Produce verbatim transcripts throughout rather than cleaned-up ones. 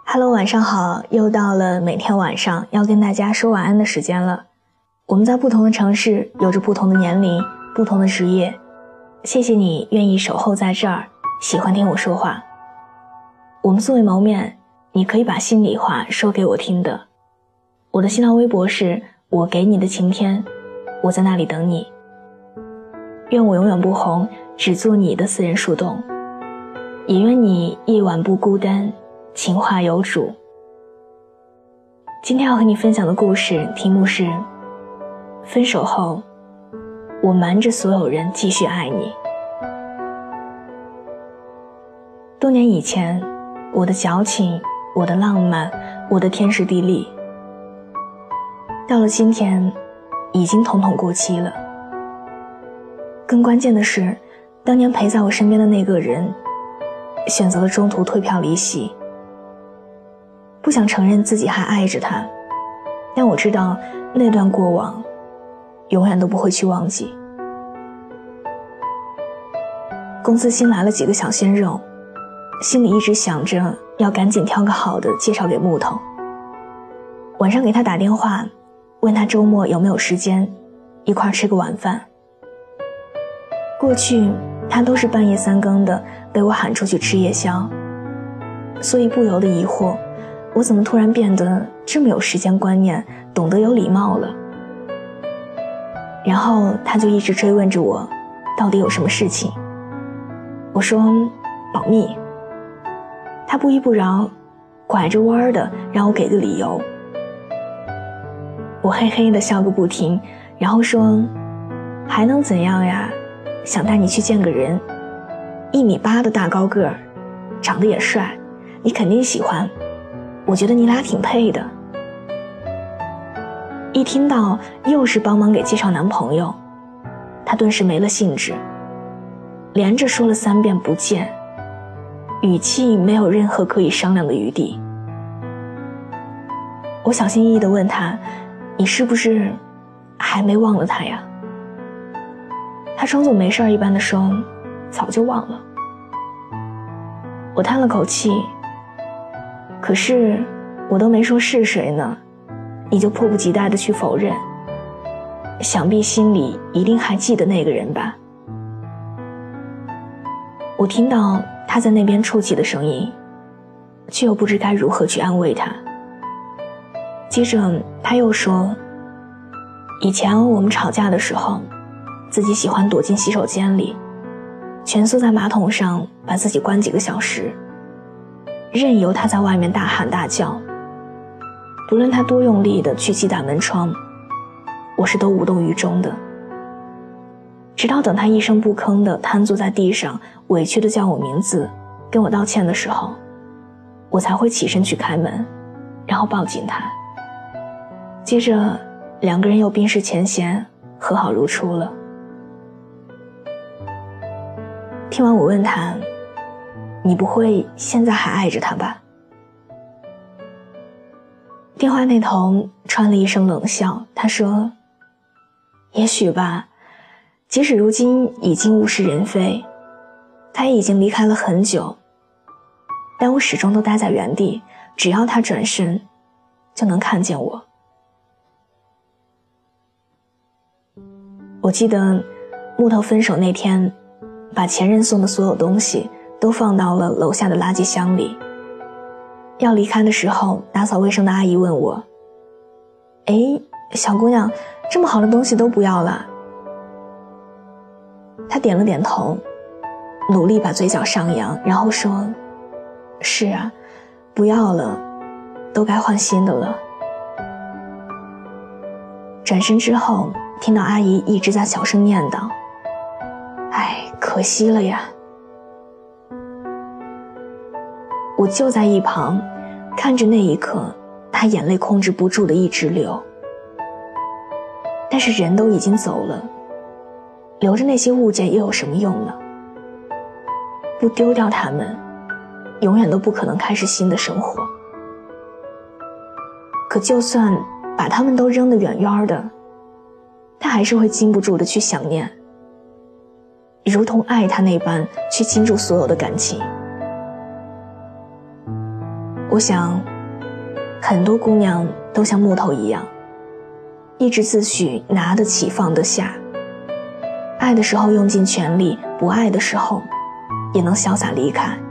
Hello， 晚上好，又到了每天晚上要跟大家说晚安的时间了。我们在不同的城市，有着不同的年龄，不同的职业。谢谢你愿意守候在这儿，喜欢听我说话。我们素未谋面，你可以把心里话说给我听的。我的新浪微博是我给你的晴天，我在那里等你。愿我永远不红，只做你的私人树洞。也愿你夜晚不孤单，情话有主。今天要和你分享的故事题目是分手后我瞒着所有人继续爱你。多年以前，我的矫情，我的浪漫，我的天时地利，到了今天已经统统过期了。更关键的是，当年陪在我身边的那个人选择了中途退票离席。不想承认自己还爱着他，但我知道那段过往永远都不会去忘记。公司新来了几个小鲜肉，心里一直想着要赶紧挑个好的介绍给木头。晚上给他打电话，问他周末有没有时间一块吃个晚饭。过去他都是半夜三更的被我喊出去吃夜宵，所以不由得疑惑，我怎么突然变得这么有时间观念，懂得有礼貌了。然后他就一直追问着我到底有什么事情。我说保密。他不依不饶，拐着弯的让我给个理由。我嘿嘿的笑个不停，然后说还能怎样呀，想带你去见个人，一米八的大高个儿，长得也帅，你肯定喜欢，我觉得你俩挺配的。一听到又是帮忙给介绍男朋友，他顿时没了兴致，连着说了三遍不见，语气没有任何可以商量的余地。我小心翼翼地问他，你是不是还没忘了他呀？他装作没事一般地说，早就忘了。我叹了口气，可是我都没说是谁呢，你就迫不及待地去否认，想必心里一定还记得那个人吧。我听到他在那边啜泣的声音，却又不知该如何去安慰他。接着他又说，以前我们吵架的时候，自己喜欢躲进洗手间里，蜷缩在马桶上把自己关几个小时，任由他在外面大喊大叫。不论他多用力的去击打门窗，我是都无动于衷的。直到等他一声不吭的瘫坐在地上，委屈的叫我名字，跟我道歉的时候，我才会起身去开门，然后抱紧他。接着两个人又冰释前嫌，和好如初了。听完我问他，你不会现在还爱着他吧？电话那头传了一声冷笑，他说，也许吧，即使如今已经物是人非，他也已经离开了很久，但我始终都待在原地，只要他转身就能看见我。我记得木头分手那天，把前任送的所有东西都放到了楼下的垃圾箱里。要离开的时候，打扫卫生的阿姨问我，诶，小姑娘，这么好的东西都不要了？她点了点头，努力把嘴角上扬，然后说，是啊，不要了，都该换新的了。转身之后，听到阿姨一直在小声念叨，哎，可惜了呀。我就在一旁看着那一刻，他眼泪控制不住的一直流。但是人都已经走了，留着那些物件又有什么用呢？不丢掉它们，永远都不可能开始新的生活。可就算把它们都扔得远远的，他还是会禁不住的去想念，如同爱他那般去倾注所有的感情。 我想很多姑娘都像木头一样，一直自诩拿得起放得下，爱的时候用尽全力，不爱的时候也能潇洒离开。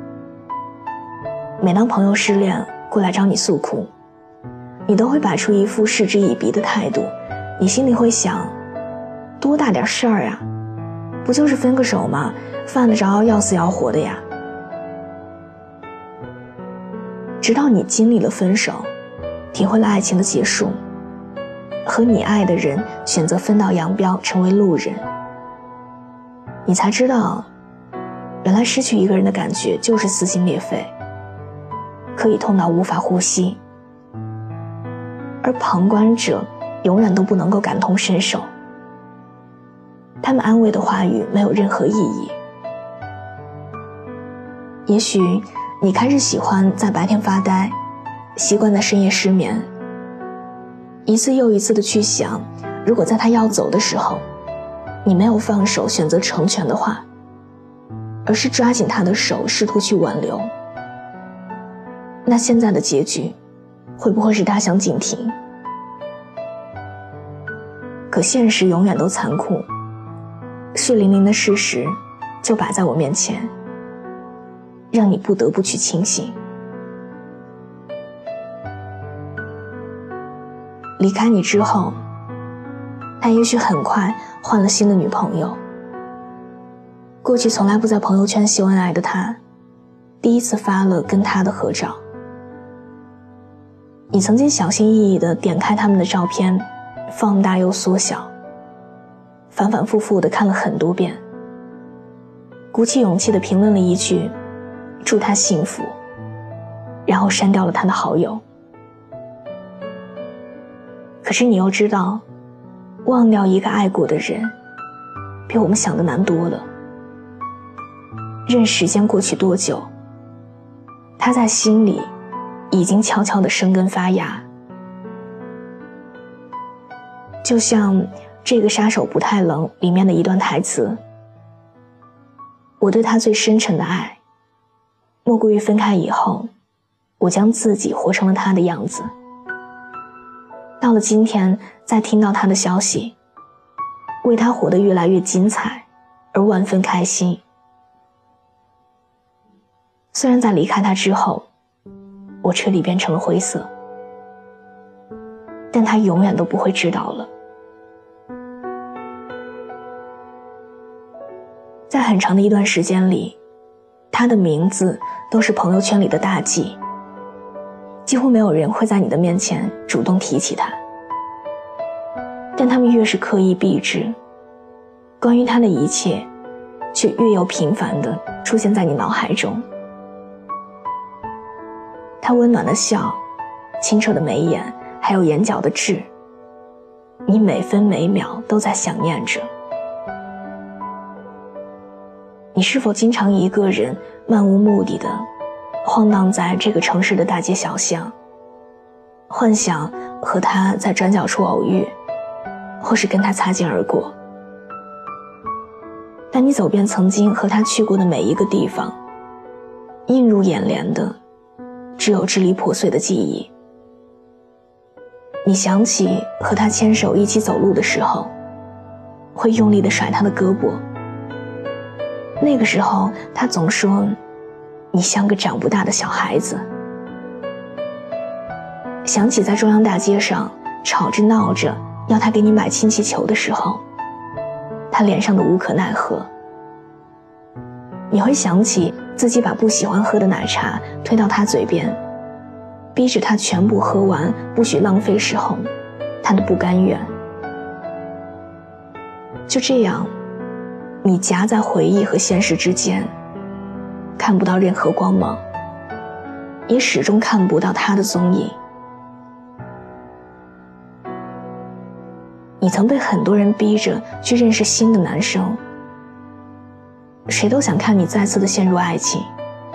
每当朋友失恋过来找你诉苦，你都会摆出一副嗤之以鼻的态度，你心里会想，多大点事儿啊，不就是分个手吗？犯得着要死要活的呀。直到你经历了分手，体会了爱情的结束，和你爱的人选择分道扬镳，成为路人，你才知道，原来失去一个人的感觉就是撕心裂肺，可以痛到无法呼吸，而旁观者永远都不能够感同身受，他们安慰的话语没有任何意义。也许你开始喜欢在白天发呆，习惯在深夜失眠，一次又一次地去想，如果在他要走的时候，你没有放手选择成全的话，而是抓紧他的手试图去挽留，那现在的结局会不会是大相径庭？可现实永远都残酷，血淋淋的事实就摆在我面前，让你不得不去清醒。离开你之后，他也许很快换了新的女朋友。过去从来不在朋友圈秀恩爱的他，第一次发了跟他的合照。你曾经小心翼翼地点开他们的照片，放大又缩小，反反复复地看了很多遍，鼓起勇气地评论了一句祝他幸福，然后删掉了他的好友。可是你又知道，忘掉一个爱过的人比我们想的难多了。任时间过去多久，他在心里已经悄悄地生根发芽。就像《这个杀手不太冷》里面的一段台词，我对他最深沉的爱，莫过于分开以后，我将自己活成了他的样子。到了今天，再听到他的消息，为他活得越来越精彩，而万分开心。虽然在离开他之后，我彻底变成了灰色，但他永远都不会知道了。在很长的一段时间里，他的名字都是朋友圈里的大忌，几乎没有人会在你的面前主动提起他。但他们越是刻意避之，关于他的一切却越有频繁地出现在你脑海中。他温暖的笑，清澈的眉眼，还有眼角的痣，你每分每秒都在想念着。你是否经常一个人漫无目的地晃荡在这个城市的大街小巷，幻想和他在转角处偶遇，或是跟他擦肩而过？但你走遍曾经和他去过的每一个地方，映入眼帘的只有支离破碎的记忆。你想起和他牵手一起走路的时候，会用力地甩他的胳膊，那个时候他总说你像个长不大的小孩子。想起在中央大街上吵着闹着要他给你买氢气球的时候，他脸上的无可奈何。你会想起自己把不喜欢喝的奶茶推到他嘴边，逼着他全部喝完，不许浪费时候，他的不甘愿。就这样，你夹在回忆和现实之间，看不到任何光芒，也始终看不到他的踪影。你曾被很多人逼着去认识新的男生，谁都想看你再次的陷入爱情，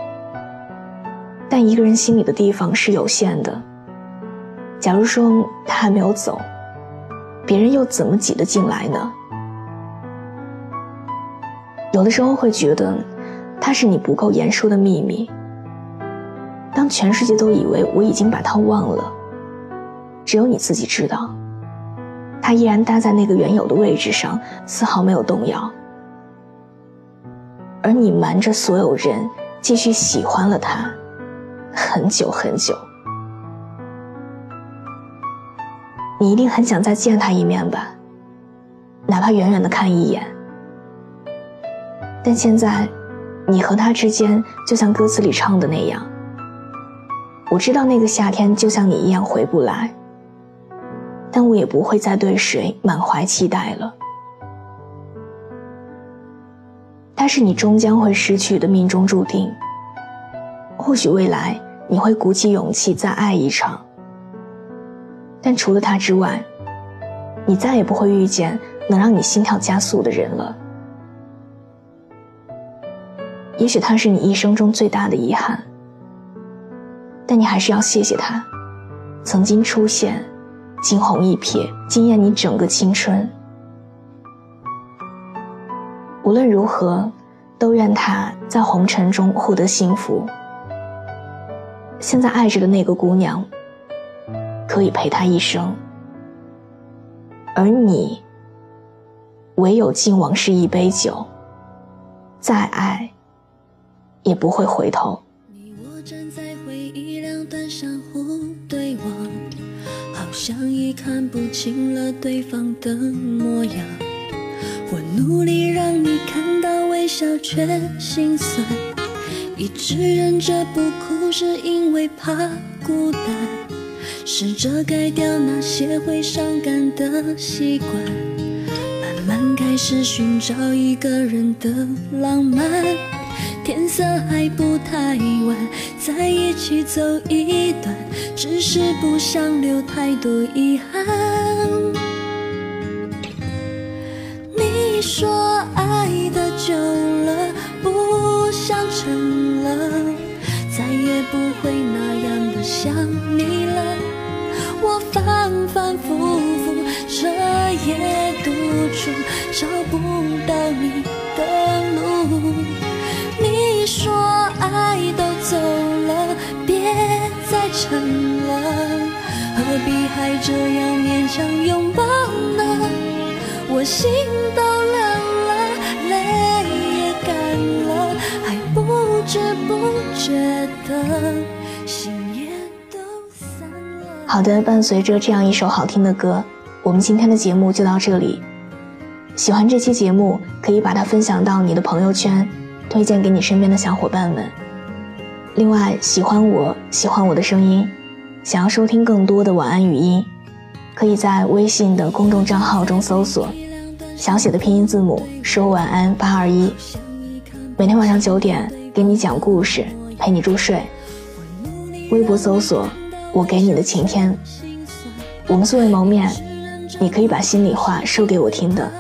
但一个人心里的地方是有限的。假如说他还没有走，别人又怎么挤得进来呢？有的时候会觉得他是你不够言说的秘密， 当全世界都以为我已经把他忘了，只有你自己知道，他依然待在那个原有的位置上，丝毫没有动摇。而你瞒着所有人，继续喜欢了他很久很久。你一定很想再见他一面吧，哪怕远远地看一眼。但现在你和他之间就像歌词里唱的那样，我知道那个夏天就像你一样回不来，但我也不会再对谁满怀期待了。它是你终将会失去的命中注定，或许未来你会鼓起勇气再爱一场，但除了他之外，你再也不会遇见能让你心跳加速的人了。也许他是你一生中最大的遗憾，但你还是要谢谢他曾经出现，惊鸿一瞥，惊艳你整个青春。无论如何，都愿他在红尘中获得幸福。现在爱着的那个姑娘可以陪他一生，而你唯有敬往事一杯酒，再爱也不会回头。 你我站在回忆两端相互对望，好像已看不清了对方的模样。我努力让你看到微笑却心酸，一直忍着不哭是因为怕孤单，试着改掉那些会伤感的习惯，慢慢开始寻找一个人的浪漫。天色还不太晚，在一起走一段，只是不想留太多遗憾。你说爱的久了，不想沉了，再也不会那样的想你了。我反反复复，彻夜独处，找不到你的路。你说爱都走了，别再沉了，何必还这样勉强拥抱呢？我心都凉了，泪也干了，还不知不觉的心也都散了。 好的，伴随着这样一首好听的歌，我们今天的节目就到这里。喜欢这期节目，可以把它分享到你的朋友圈，推荐给你身边的小伙伴们。另外，喜欢我喜欢我的声音，想要收听更多的晚安语音，可以在微信的公众账号中搜索小写的拼音字母说晚安八二一，每天晚上九点给你讲故事，陪你入睡。微博搜索我给你的晴天。我们素未谋面，你可以把心里话说给我听的。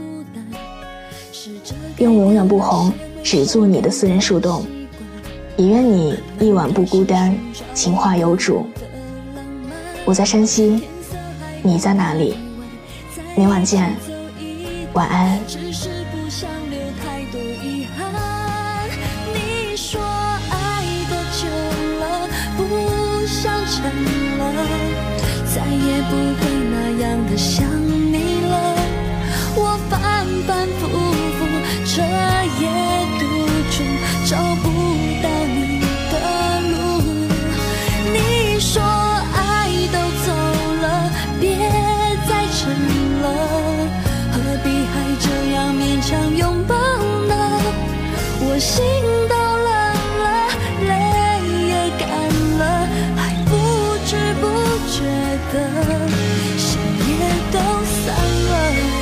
愿我永远不红，只做你的私人树洞，也愿你一晚不孤单，情话有主。我在山西，你在哪里？明晚见，晚安。 只是不想留太多遗憾。你说爱的久了，不想沉了，再也不会那样的想你了。我反反复复，彻夜独处，找不到你的路。你说爱都走了，别再沉了，何必还这样勉强拥抱呢？我心都冷了，泪也干了，还不知不觉的心也都散了。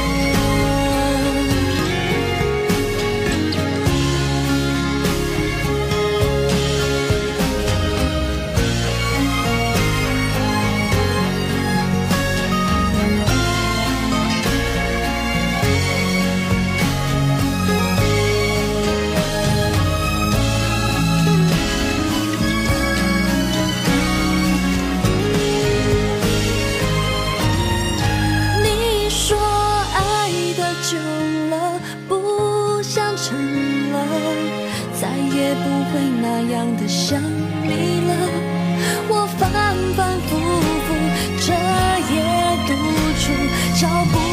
久了，不想沉了，再也不会那样的想迷了，我反反复复，这夜独处找不